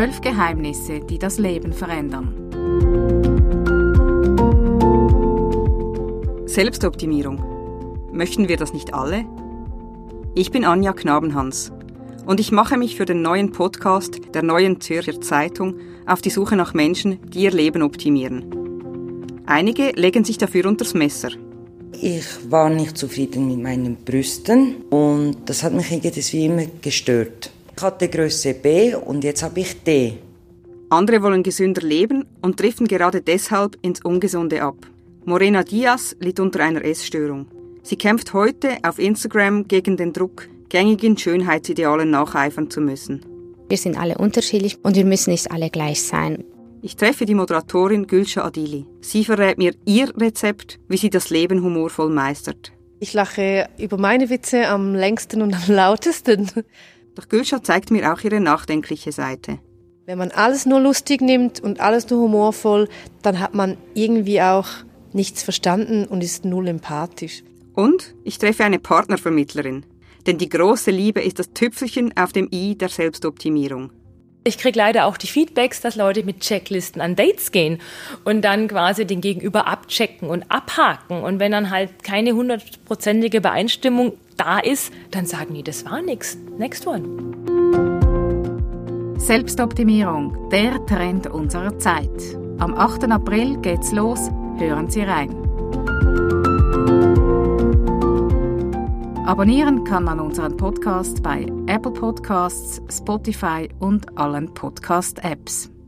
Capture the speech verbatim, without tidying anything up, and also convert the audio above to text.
Zwölf Geheimnisse, die das Leben verändern. Selbstoptimierung. Möchten wir das nicht alle? Ich bin Anja Knabenhans und ich mache mich für den neuen Podcast der Neuen Zürcher Zeitung auf die Suche nach Menschen, die ihr Leben optimieren. Einige legen sich dafür unters Messer. Ich war nicht zufrieden mit meinen Brüsten und das hat mich irgendwie immer gestört. Ich hatte Größe B und jetzt habe ich D. Andere wollen gesünder leben und driften gerade deshalb ins Ungesunde ab. Morena Diaz litt unter einer Essstörung. Sie kämpft heute auf Instagram gegen den Druck, gängigen Schönheitsidealen nacheifern zu müssen. Wir sind alle unterschiedlich und wir müssen nicht alle gleich sein. Ich treffe die Moderatorin Gülşah Adili. Sie verrät mir ihr Rezept, wie sie das Leben humorvoll meistert. Ich lache über meine Witze am längsten und am lautesten. Doch Gülşah zeigt mir auch ihre nachdenkliche Seite. Wenn man alles nur lustig nimmt und alles nur humorvoll, dann hat man irgendwie auch nichts verstanden und ist null empathisch. Und ich treffe eine Partnervermittlerin. Denn die große Liebe ist das Tüpfelchen auf dem i der Selbstoptimierung. Ich kriege leider auch die Feedbacks, dass Leute mit Checklisten an Dates gehen und dann quasi den Gegenüber abchecken und abhaken. Und wenn dann halt keine hundertprozentige Übereinstimmung da ist, dann sagen die, das war nix. Next one. Selbstoptimierung, der Trend unserer Zeit. Am achten April geht's los. Hören Sie rein. Abonnieren kann man unseren Podcast bei Apple Podcasts, Spotify und allen Podcast-Apps.